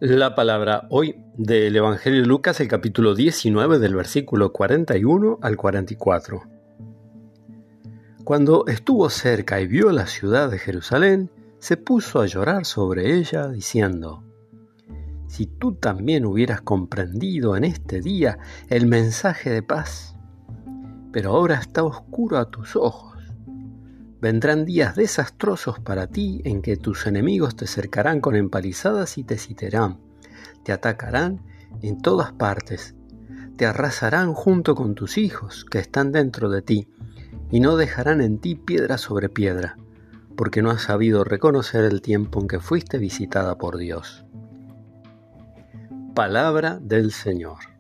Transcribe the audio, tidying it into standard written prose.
La palabra hoy del Evangelio de Lucas, el capítulo 19, del versículo 41 al 44. Cuando estuvo cerca y vio la ciudad de Jerusalén, se puso a llorar sobre ella, diciendo: Si tú también hubieras comprendido en este día el mensaje de paz, pero ahora está oscuro a tus ojos. Vendrán días desastrosos para ti en que tus enemigos te cercarán con empalizadas y te sitiarán. Te atacarán en todas partes. Te arrasarán junto con tus hijos que están dentro de ti y no dejarán en ti piedra sobre piedra, porque no has sabido reconocer el tiempo en que fuiste visitada por Dios. Palabra del Señor.